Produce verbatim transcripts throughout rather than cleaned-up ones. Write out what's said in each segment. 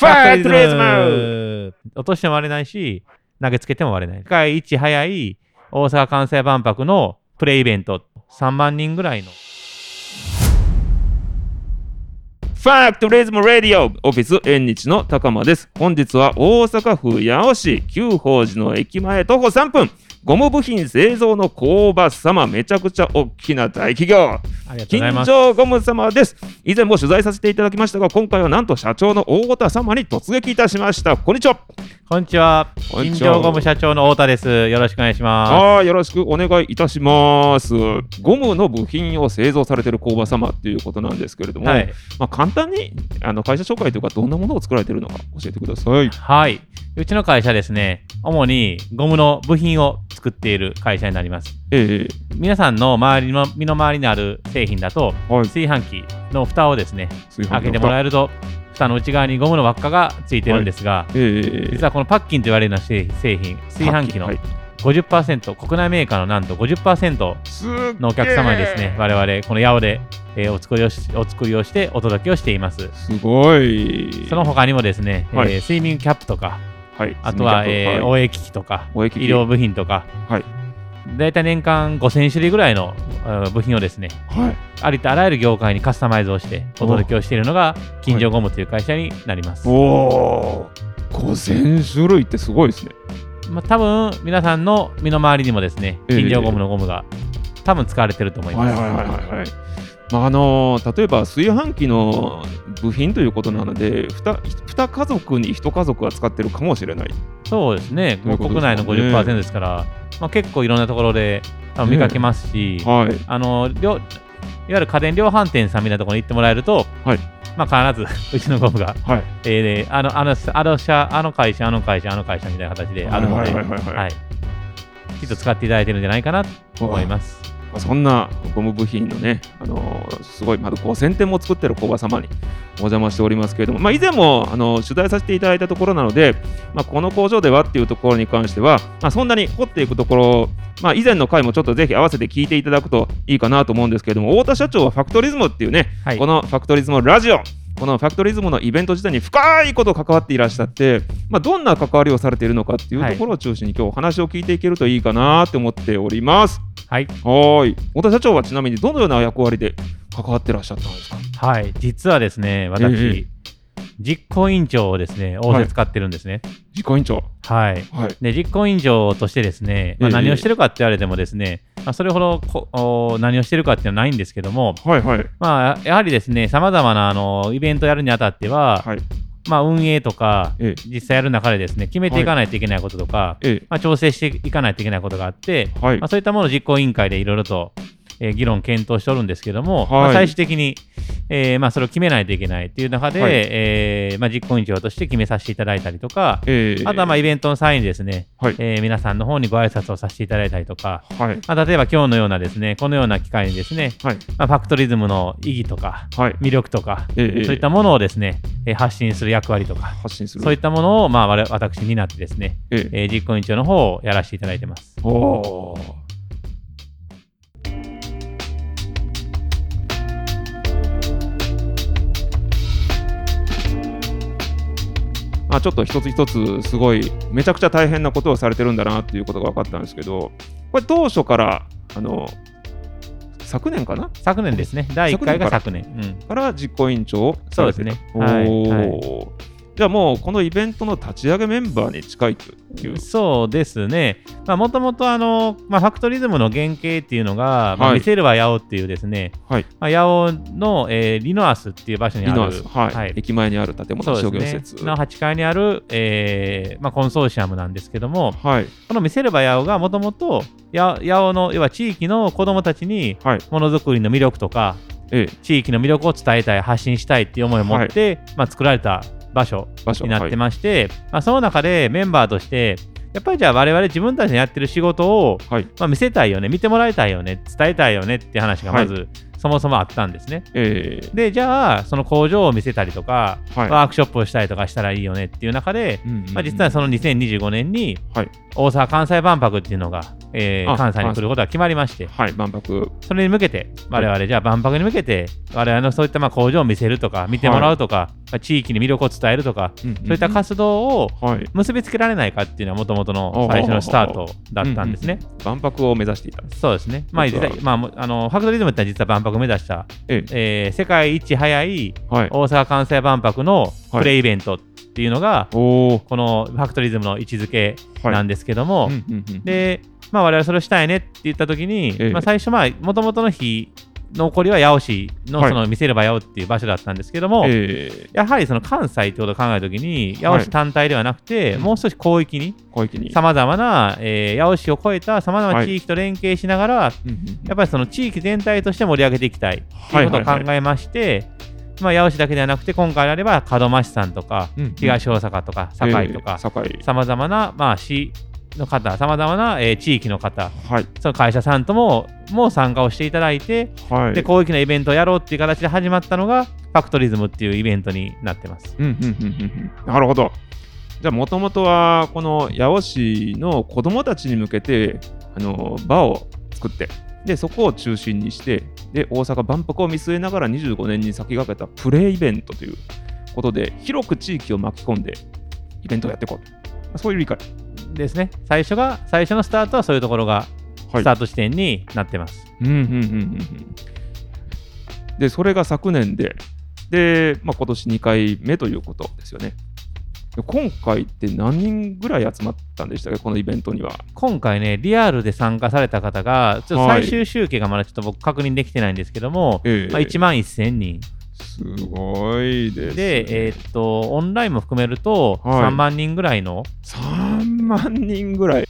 ファクトリズム。落としても割れないし、投げつけても割れない。世界一早い大阪・関西万博のプレイイベント、さんまんにんぐらいの。 ファクトリズムラディオオフィス縁日の高間です。本日は大阪府八尾市久宝寺の駅前徒歩さんぷん、ゴム部品製造の工場様、めちゃくちゃ大きな大企業、金城ゴム様です。以前も取材させていただきましたが、今回はなんと社長の大田様に突撃いたしました。こんにちは。 こんにちは。金城ゴム社長の太田です。よろしくお願いします。 あ、よろしくお願いいたします。ゴムの部品を製造されている工場様っていうことなんですけれども、はい、まあ、簡単にあの会社紹介というか、どんなものを作られているのか教えてください。 はい、うちの会社ですね、主にゴムの部品を作っている会社になります。ええ、皆さんの周りの身の回りにある製品だと、はい、炊飯器の蓋をですね開けてもらえると、蓋の内側にゴムの輪っかがついてるんですが、はい、ええ、実はこのパッキンと言われるような製品、炊飯器の ごじゅっパーセント、国内メーカーのなんと ごじゅっパーセント のお客様にですね、我々この八尾で、えー、お作りをしお作りをしてお届けをしています。 すごい。 その他にもですね、はい、えー、スイミングキャップとか、はい、あとは、えー、応援機器とか、医療部品とか、はい、だいたい年間ごせんしゅるいぐらいの部品をですね、はい、ありとあらゆる業界にカスタマイズをしてお届けをしているのが金城ゴムという会社になります。 おー、ごせんしゅるいってすごいですね。 まあ、多分皆さんの身の回りにもですね、金城ゴムのゴムが多分使われてると思います。はいはいはいはい。 まああのー、例えば炊飯器の部品ということなので、に家族にいち家族は使ってるかもしれない。 そうですね、ううですね、国内の ごじゅっパーセント ですから、まあ、結構いろんなところで見かけますし、ね、はい、あのいわゆる家電量販店さんみたいなところに行ってもらえると、はい、まあ、必ずうちのゴムが、はい、えー、あのあのあの社あの会社あの会社あの会社みたいな形であるので、きっと使っていただいてるんじゃないかなと思います。 そんなゴム部品のね、あのー、すごいまだごせんてんも作ってる工場様にお邪魔しておりますけれども、まあ、以前もあの取材させていただいたところなので、まあ、この工場ではっていうところに関しては、まあ、そんなに掘っていくところ、まあ、以前の回もちょっとぜひ合わせて聞いていただくといいかなと思うんですけれども、太田社長はファクトリズムっていうね、はい、このファクトリズムラジオ、このファクトリズムのイベント自体に深いこと関わっていらっしゃって、まあ、どんな関わりをされているのかっていうところを中心に今日お話を聞いていけるといいかなと思っております。はい。はい。太田社長はちなみにどのような役割で関わってらっしゃったんですか？ はい。実はですね、私、えー、実行委員長をですね、仰せ使ってるんですね。はい、 実行委員長。 はい。はい、で、実行委員長としてですね、まあ、何をしてるかって言われてもですね、えー、まあ、それほどこ何をしてるかっていうのはないんですけども、はいはい、まあ、やはりですね、さまざまなあのイベントをやるにあたっては、はい、まあ、運営とか、ええ、実際やる中でですね、決めていかないといけないこととか、はい、まあ、調整していかないといけないことがあって、はい、まあ、そういったものを実行委員会でいろいろと、えー、議論検討しておるんですけども、はい、まあ、最終的に、えーまあ、それを決めないといけないという中で、はい、えーまあ、実行委員長として決めさせていただいたりとか、えー、あとはまあイベントの際にですね、はい、えー、皆さんの方にご挨拶をさせていただいたりとか、はい、まあ、例えば今日のようなですね、このような機会にですね、はい、まあ、ファクトリズムの意義とか、はい、魅力とか、えー、そういったものをですね、えー、発信する役割とか、発信するそういったものを、まあ、私になってですね、えーえー、実行委員長の方をやらせていただいてます。おー。 まあ、ちょっと一つ一つすごいめちゃくちゃ大変なことをされてるんだなっていうことが分かったんですけど、これ当初からあの昨年かな昨年ですね。だいいっかいが昨年から、うん、から実行委員長をされてる。そうですね。はいはい、じゃあもうこのイベントの立ち上げメンバーに近いという。 そうですね。もともとあの、まあ、ファクトリズムの原型っていうのが、はい、まあ、見せるは八尾っていうですね、はい、まあ、八尾の、えー、リノアスっていう場所にある、 はいはい、駅前にある建物、商業施設のはちかいにある、えーまあ、コンソーシアムなんですけども、はい、この見せるは八尾がもともと八尾の要は地域の子どもたちにものづくりの魅力とか、ええ、地域の魅力を伝えたい、発信したいっていう思いを持って、はい、まあ、作られた場所になってまして、はい、まあ、その中でメンバーとしてやっぱりじゃあ我々自分たちのやってる仕事を、はい、まあ、見せたいよね、見てもらいたいよね、伝えたいよねっていう話がまずそもそもあったんですね。 えー、 でじゃあその工場を見せたりとか、はい、ワークショップをしたりとかしたらいいよねっていう中で、うんうんうんまあ、実はそのにせんにじゅうごねんに大阪・関西万博っていうのが、えー、関西に来ることが決まりまして、 はい、万博それに向けて我々じゃあ万博に向けて我々のそういったまあ工場を見せるとか見てもらうとか、はい、地域に魅力を伝えるとか、うんうん、そういった活動を結びつけられないかっていうのはもともとの最初のスタートだったんですね。 うんうん、万博を目指していた。 そうですね。まあ、まあ、あのファクトリズムって実は万博を目指した、えええー、世界一早い大阪・関西万博のプレイベントっていうのが、はい、このファクトリズムの位置づけなんですけども、はいうんうんうん、で、まあ、我々それをしたいねって言った時に、ええまあ、最初もともとの日の起こりは八尾市のその見せれば八尾っていう場所だったんですけども、はいえー、やはりその関西ってことを考えたときに八尾市単体ではなくて、はい、もう少し広域にさまざまな、えー、八尾市を超えたさまざまな地域と連携しながら、はい、やっぱりその地域全体として盛り上げていきたいということを考えまして、はいはいはいまあ、八尾市だけではなくて今回であれば門真市さんとか、うんうん、東大阪とか堺とかさまざまな、まあ、市の方、さまざまな、えー、地域の方、はい、その会社さんともも参加をしていただいて、はい、で広域なイベントをやろうっていう形で始まったのがファクトリズムっていうイベントになってます。 うんうんうんうん、なるほど。じゃあもともとはこの八尾市の子どもたちに向けてあの場を作ってでそこを中心にしてで大阪万博を見据えながらにじゅうごねんに先駆けたプレイベントということで広く地域を巻き込んでイベントをやっていこうと、そういう理解ですね。最初が最初のスタートはそういうところがスタート地点になってます。 はい、うんうんうんうん。でそれが昨年で、で、まあ、今年にかいめということですよね。今回って何人ぐらい集まったんでしたっけ、このイベントには。 今回ね、リアルで参加された方が、ちょっと最終集計がまだちょっと僕確認できてないんですけども、はいまあ、いちまんせんにん。 すごいですね。 で、えー、っと、オンラインも含めると、さんまんにんぐらいの。 さんまんにんぐらい。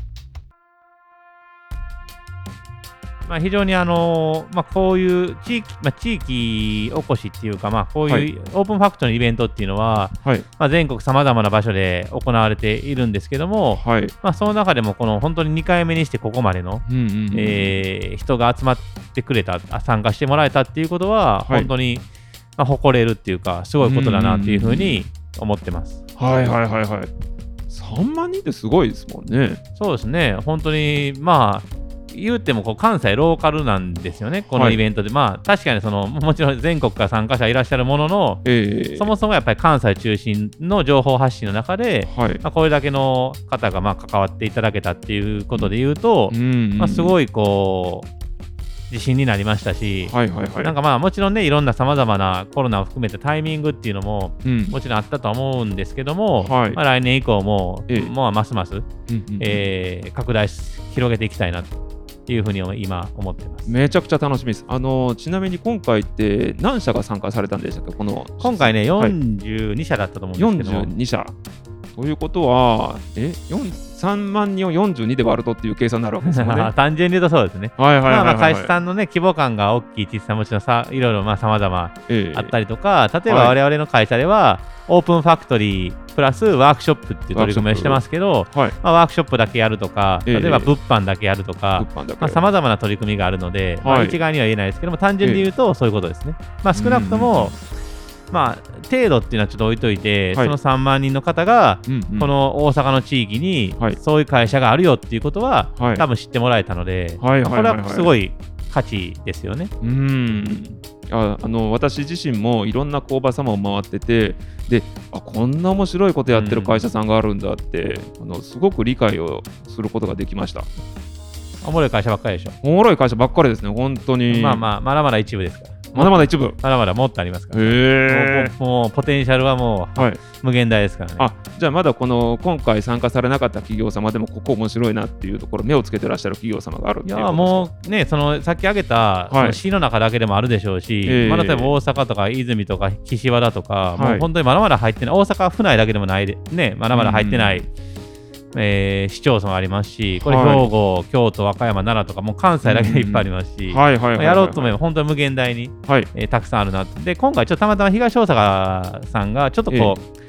まあ、非常にあのーまあ、こういう地域、まあ、地域おこしっていうか、まあ、こういうオープンファクトのイベントっていうのは、はいまあ、全国さまざまな場所で行われているんですけども、はいまあ、その中でもこの本当ににかいめにしてここまでの、うんうんうんえー、人が集まってくれた、参加してもらえたっていうことは、はい、本当に、まあ、誇れるっていうかすごいことだなっていうふうに思ってます。 はいはいはいはい。さんまんにんってすごいですもんね。 そうですね。本当にまあ言うてもこう関西ローカルなんですよね、このイベントで、はい、まあ確かにそのもちろん全国から参加者いらっしゃるものの、えー、そもそもやっぱり関西中心の情報発信の中で、はいまあ、これだけの方がまあ関わっていただけたっていうことで言うと、うんうんうんまあ、すごいこう自信になりましたし、はいはいはい、なんかまあもちろんねいろんなさまざまなコロナを含めてタイミングっていうのも、うん、もちろんあったとは思うんですけども、はいまあ、来年以降も、えー、もうますます、うんうんえー、拡大し広げていきたいなというふうに今思ってます。 めちゃくちゃ楽しみです。あのちなみに今回って何社が参加されたんでしたっけ、この今回ねよんじゅうにしゃだったと思うんですけど、 よんじゅうにしゃということはえさんまんにんをよんじゅうにで割るとっていう計算になるわけですよね。 単純に言うとそうですね。 はいはいはいはい、はい、 まあまあ会社さんのね規模感が大きい小ささもちろんさいろいろまあ様々あったりとか、えー、例えば我々の会社では、はいオープンファクトリープラスワークショップっていう取り組みをしてますけど、はいまあ、ワークショップだけやるとか、例えば物販だけやるとか、さまざ、まな取り組みがあるので、はいまあ、一概には言えないですけども、単純に言うとそういうことですね。まあ、少なくとも、まあ、程度っていうのはちょっと置いといて、はい、そのさんまんにんの方が、うんうん、この大阪の地域に、はい、そういう会社があるよっていうことは、はい、多分知ってもらえたので、はいまあ、これはすごい価値ですよね。 うんああの私自身もいろんな工場様を回っててであこんな面白いことやってる会社さんがあるんだって、うん、あのすごく理解をすることができました。 おもろい会社ばっかりでしょ。 おもろい会社ばっかりですね本当に。 まあまあまだまだ一部ですからまだまだ一部まだまだもっとありますから、ね、もう, もうポテンシャルはもう、はい、無限大ですからね。 あじゃあまだこの今回参加されなかった企業様でもここ面白いなっていうところ目をつけてらっしゃる企業様があるっていうことですか。いやもうねそのさっき挙げた、はい、その市の中だけでもあるでしょうし、えーまあ、例えば大阪とか泉とか岸和田とか、はい、もう本当にまだまだ入ってない大阪府内だけでもないでねまだまだ入ってない、うんえー、市町村ありますし、これ兵庫、はい、京都、和歌山、奈良とかもう関西だけでいっぱいありますし、やろうと思えば本当に無限大に、はいえー、たくさんあるなって。で今回ちょっとたまたま東大阪さんがちょっとこう、え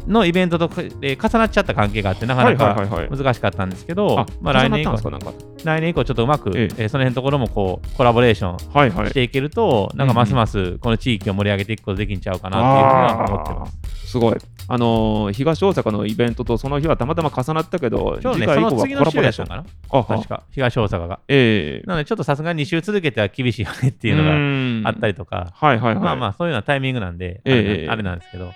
のイベントと、えー、重なっちゃった関係があってなかなか難しかったんですけど、まあ、来年以降来年以降ちょっとうまく、えええー、その辺のところもこうコラボレーションしていけると、はいはい、なんかますますこの地域を盛り上げていくことできんちゃうかなっていうふうには思ってます。 すごい。あのー、東大阪のイベントとその日はたまたま重なったけど、 ちょうどね、その次の週やったかな、確か東大阪が。えー、なのでちょっとさすがにに週続けては厳しいよねっていうのがあったりとか、はいはいはい、まあまあそういうようなタイミングなんで、えー、あれなんですけど。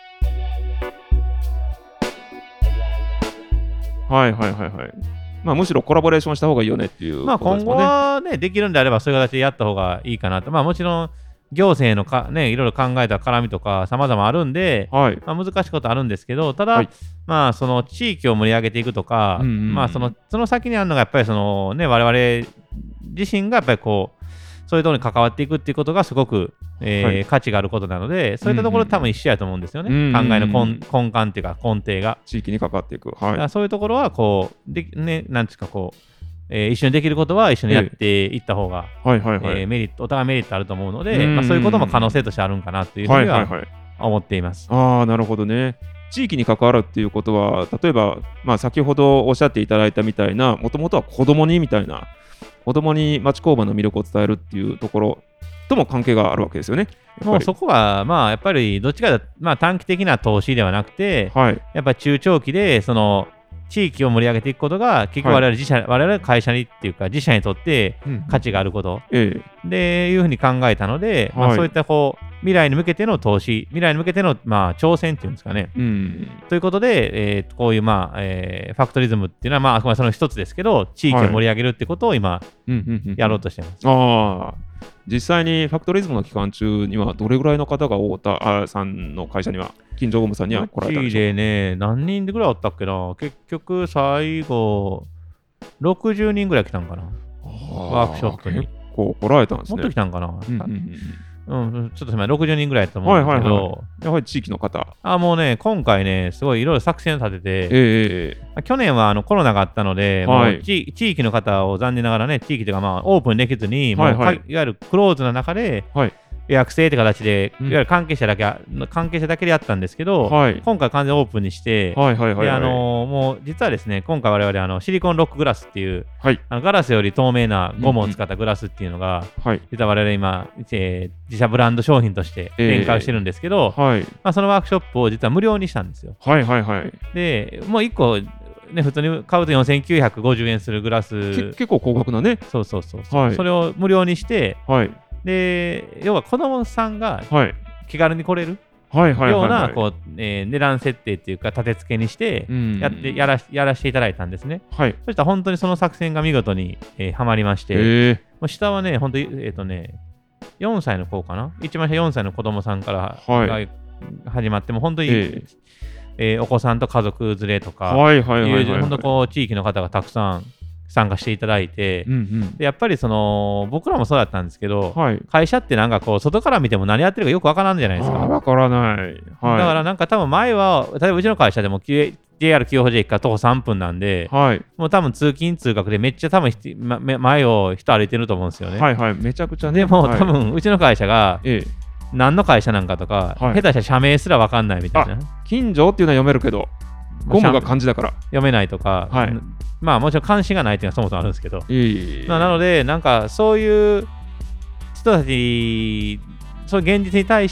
はいはいはいはい。まあ、むしろコラボレーションした方がいいよねっていう、ね、 まあ今後はね、できるんであればそういう形でやった方がいいかなと。まあもちろん行政のか、ね、いろいろ考えた絡みとか様々あるんで、はい、まあ、難しいことあるんですけど、ただ、はい、まあその地域を盛り上げていくとか、うんうん、まあそのその先にあるのがやっぱりそのね、我々自身がやっぱりこうそういうところに関わっていくっていうことがすごく、えーはい、価値があることなので、そういったところ多分一緒やと思うんですよね。うんうん、考えの根根幹っていうか根底が。 地域に関わっていく。はい、 そういうところはこうでね、なんですかこう。えー、一緒にできることは一緒にやっていった方が、はいはいはい、えー、メリットお互いメリットあると思うので、まあ、そういうことも可能性としてあるんかなというふうには思っています。 はいはいはい、ああ、なるほどね。地域に関わるっていうことは、例えば、まあ、先ほどおっしゃっていただいたみたいな、もともとは子供にみたいな、子供に町工場の魅力を伝えるっていうところとも関係があるわけですよね。 もうそこは、まあ、やっぱりどっちか、まあ、短期的な投資ではなくて、はい、やっぱり中長期で、その、地域を盛り上げていくことが結局我々自社、はい、我々会社にっていうか自社にとって価値があること、うん、でいうふうに考えたので、はい、まあ、そういったこう未来に向けての投資、未来に向けてのまあ挑戦っていうんですかね。うん、ということで、えー、こういうまあ、えー、ファクトリズムっていうのはまああくまでその一つですけど、地域を盛り上げるってことを今やろうとしてます。 ああ、実際にファクトリズムの期間中にはどれぐらいの方が太田さんの会社には金城ゴムさんには来られたんでしょうか。 でね、何人ぐらいおったっけな。結局最後ろくじゅうにんぐらい来たんかな。ワークショップに。 結構来られたんですね。 もっと来たんかな。うんうんうんうん、ちょっとすみません、ろくじゅうにんぐらいだと思うんですけど、はいはいはい、 やはり地域の方。 あ、もうね、今回ね、すごいいろいろ作戦を立てて、えー、去年はあのコロナがあったので、はい、もう地域の方を残念ながらね、地域というか、まあ、オープンできずに、はいはい、もういわゆるクローズな中で、はい、予約制って形で、いわゆる関係者だけ、うん、関係者だけでやったんですけど、はい、今回完全オープンにして、はいはいはいはい、であのー、もう実はですね、今回我々あのシリコンロックグラスっていう、はい、あのガラスより透明なゴムを使ったグラスっていうのが、うんうん、実は我々今、えー、自社ブランド商品として展開してるんですけど、えーはい、まあ、そのワークショップを実は無料にしたんですよ。はいはいはい、で、もういっこね、普通に買うとよんせんきゅうひゃくごじゅうえんするグラス、 結構高額なね。 そうそうそうそう、はい、それを無料にして、はい、で要は子供さんが気軽に来れるようなこう、えー、値段設定っていうか立て付けにしてやってやらやらせていただいたんですね。はい、そしたら本当にその作戦が見事に、えー、はまりまして、えー、もう下はね本当にえっ、ー、とねよんさいの子かな、一番下よんさいの子供さんから、はい、始まっても本当に、えーえー、お子さんと家族連れとか、本当こう地域の方がたくさん参加していただいて、うんうん、でやっぱりその僕らもそうだったんですけど、はい、会社ってなんかこう外から見ても何やってるかよくわからんじゃないですか。 わからない、はい、だからなんか多分前は例えばうちの会社でも ジェイアール 清保寺駅から徒歩さんぷんなんで、はい、もう多分通勤通学でめっちゃ多分、ま、前を人歩いてると思うんですよね。 はいはい、めちゃくちゃね。 でも、はい、多分うちの会社が、ええ、何の会社なんかとか、はい、下手したら社名すらわかんないみたいな。 近所っていうのは読めるけどゴムが漢字だから読めないとか、はい、まあもちろん関心がないっていうのはそもそもあるんですけど、いいまあ、なのでなんかそういう人たちそういう現実に対して、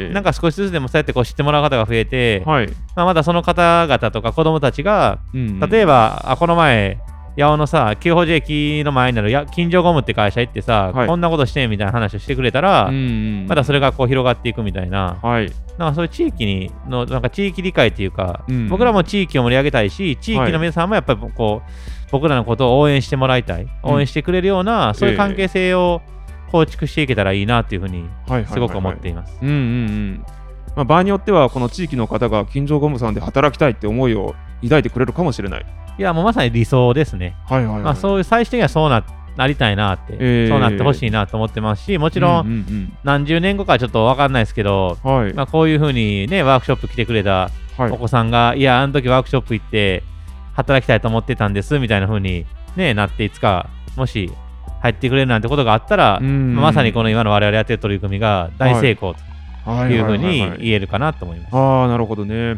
なんか少しずつでもそうやってこう知ってもらう方が増えて、はい、まあ、まだその方々とか子供たちが、うんうん、例えばあこの前八尾のさ清保寺駅の前になるや金城ゴムって会社行ってさ、はい、こんなことしてみたいな話をしてくれたら、うんうん、またそれがこう広がっていくみたいな、はい、なんかそういう地域にのなんか地域理解っていうか、うん、僕らも地域を盛り上げたいし地域の皆さんもやっぱりこう僕らのことを応援してもらいたい、うん、応援してくれるようなそういう関係性を構築していけたらいいなっていうふうにすごく思っています。 まあ、場合によってはこの地域の方が金城ゴムさんで働きたいって思いを抱いてくれるかもしれない。 いやもうまさに理想ですね。はいはいはい、まあ、そういう最終的にはそう な, なりたいなって、えー、そうなってほしいなと思ってますし、もちろん、うんうんうん、何十年後かはちょっと分かんないですけど、はい、まあ、こういうふうにねワークショップ来てくれたお子さんが、はい、いやあの時ワークショップ行って働きたいと思ってたんですみたいなふうに、ね、なっていつかもし入ってくれるなんてことがあったら、うんうん、まあ、まさにこの今の我々やってる取り組みが大成功というふうに言えるかなと思います。 はい、ああなるほどね。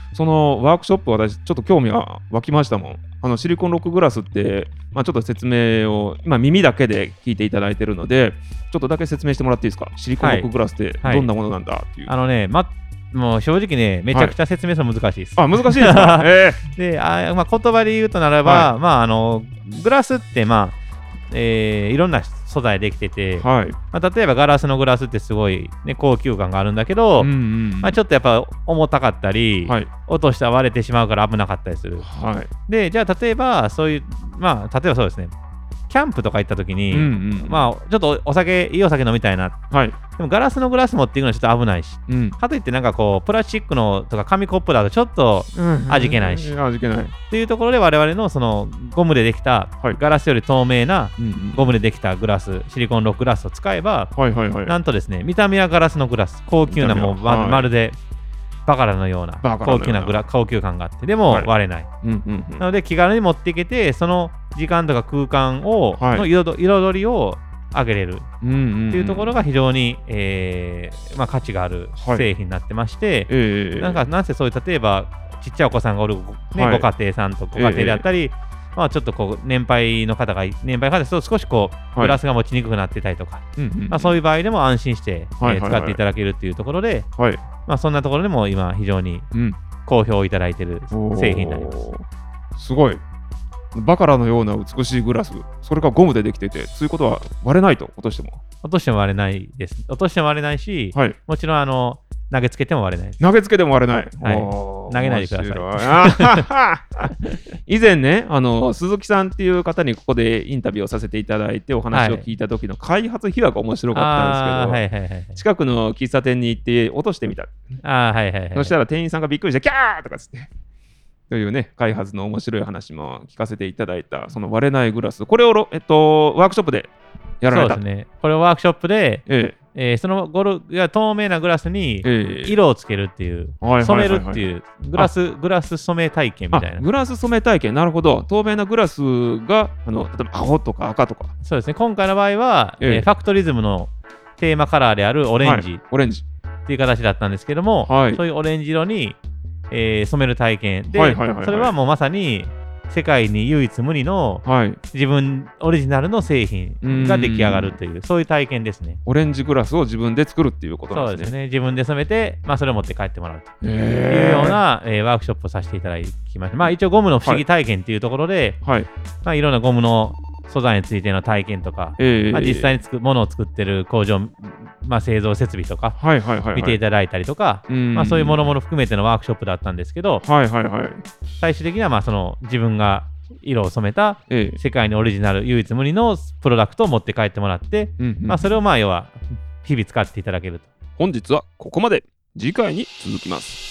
そのワークショップ、私ちょっと興味が湧きましたもん。あのシリコンロックグラスって、まあ、ちょっと説明を今耳だけで聞いていただいているので、ちょっとだけ説明してもらっていいですか。シリコンロックグラスってどんなものなんだっていう、 はいはい、あのね、まもう正直ね、めちゃくちゃ説明するの難しいです。 はい、あ、難しいですか。えー、であ、まあ、言葉で言うとならば、はい、まあ、あのグラスって、まあえー、いろんな素材できてて、はい、まあ、例えばガラスのグラスってすごい、ね、高級感があるんだけど、うんうん、まあ、ちょっとやっぱ重たかったり、はい、落としたら割れてしまうから危なかったりする。はい、でじゃあ例えばそういう、まあ、例えばそうですね、キャンプとか行った時に、うんうん、まあちょっとお酒いいお酒飲みたいな、はい、でもガラスのグラス持っていくのはちょっと危ないし、うん、かといってなんかこうプラスチックのとか紙コップだとちょっと味気ないし、うんうん、 味気ないっていうところで我々のそのゴムでできた、はい、ガラスより透明なゴムでできたグラス、シリコンロックグラスを使えば、はいはいはい、なんとですね、見た目はガラスのグラス、高級なもう ま,、はい、まるでバカラのような高級なグラ高級感があって、でも割れない、はい、うんうんうん、なので気軽に持っていけて、その時間とか空間を、はい、の 彩, 彩りを上げれるっていうところが非常に、えーまあ、価値がある製品になってまして、はい、えー、なんかなんせそういう例えばちっちゃいお子さんがおる、ね、はい、ご家庭さんとご家庭であったり、えーまあ、ちょっとこう年配の方が年配の方ですと少しこうグラスが持ちにくくなってたりとか、はい、まあ、そういう場合でも安心して、はいはいはい、えー、使っていただけるっていうところで、はい、まあ、そんなところでも今非常に好評いただいている製品になります。 すごいバカラのような美しいグラス、それがゴムでできてて、そういうことは割れないと、落としても落としても割れないです。落としても割れないし、はい、もちろんあの投げつけても割れないです。 投げつけても割れない。 はい、投げないでください。以前ね、あの鈴木さんっていう方にここでインタビューをさせていただいてお話を聞いた時の開発秘話が面白かったんですけど、はいはいはいはい、近くの喫茶店に行って落としてみた。 あ、はいはいはい、 そしたら店員さんがびっくりしてキャーとかつってというね、開発の面白い話も聞かせていただいたその割れないグラス、これを、えっと、ワークショップでやられた。 そうですね、これをワークショップで、えええー、そのゴルや透明なグラスに色をつけるっていう、えー、染めるっていうグラス、グラス染め体験みたいな。 グラス染め体験、なるほど。透明なグラスがあの例えば青とか赤とか。 そうですね、今回の場合は、えーえー、ファクトリズムのテーマカラーであるオレンジ、はい、 オレンジっていう形だったんですけども、はい、そういうオレンジ色に、えー、染める体験で、はいはいはいはい、それはもうまさに世界に唯一無二の自分オリジナルの製品が出来上がるという、そういう体験ですね。 オレンジグラスを自分で作るっていうことなんですね。 そうですね、自分で染めて、まあ、それを持って帰ってもらうというような、えー、ワークショップをさせていただきました。まあ、一応ゴムの不思議体験っていうところで、はい、まあ、いろんなゴムの素材についての体験とか、えーまあ、実際につくものを作ってる工場、まあ、製造設備とか見ていただいたりとか、まあ、そういうものもの含めてのワークショップだったんですけど、はいはいはい、最終的にはまあその自分が色を染めた世界にオリジナル唯一無二のプロダクトを持って帰ってもらって、うんうん、まあ、それをまあ要は日々使っていただけると。 本日はここまで。次回に続きます。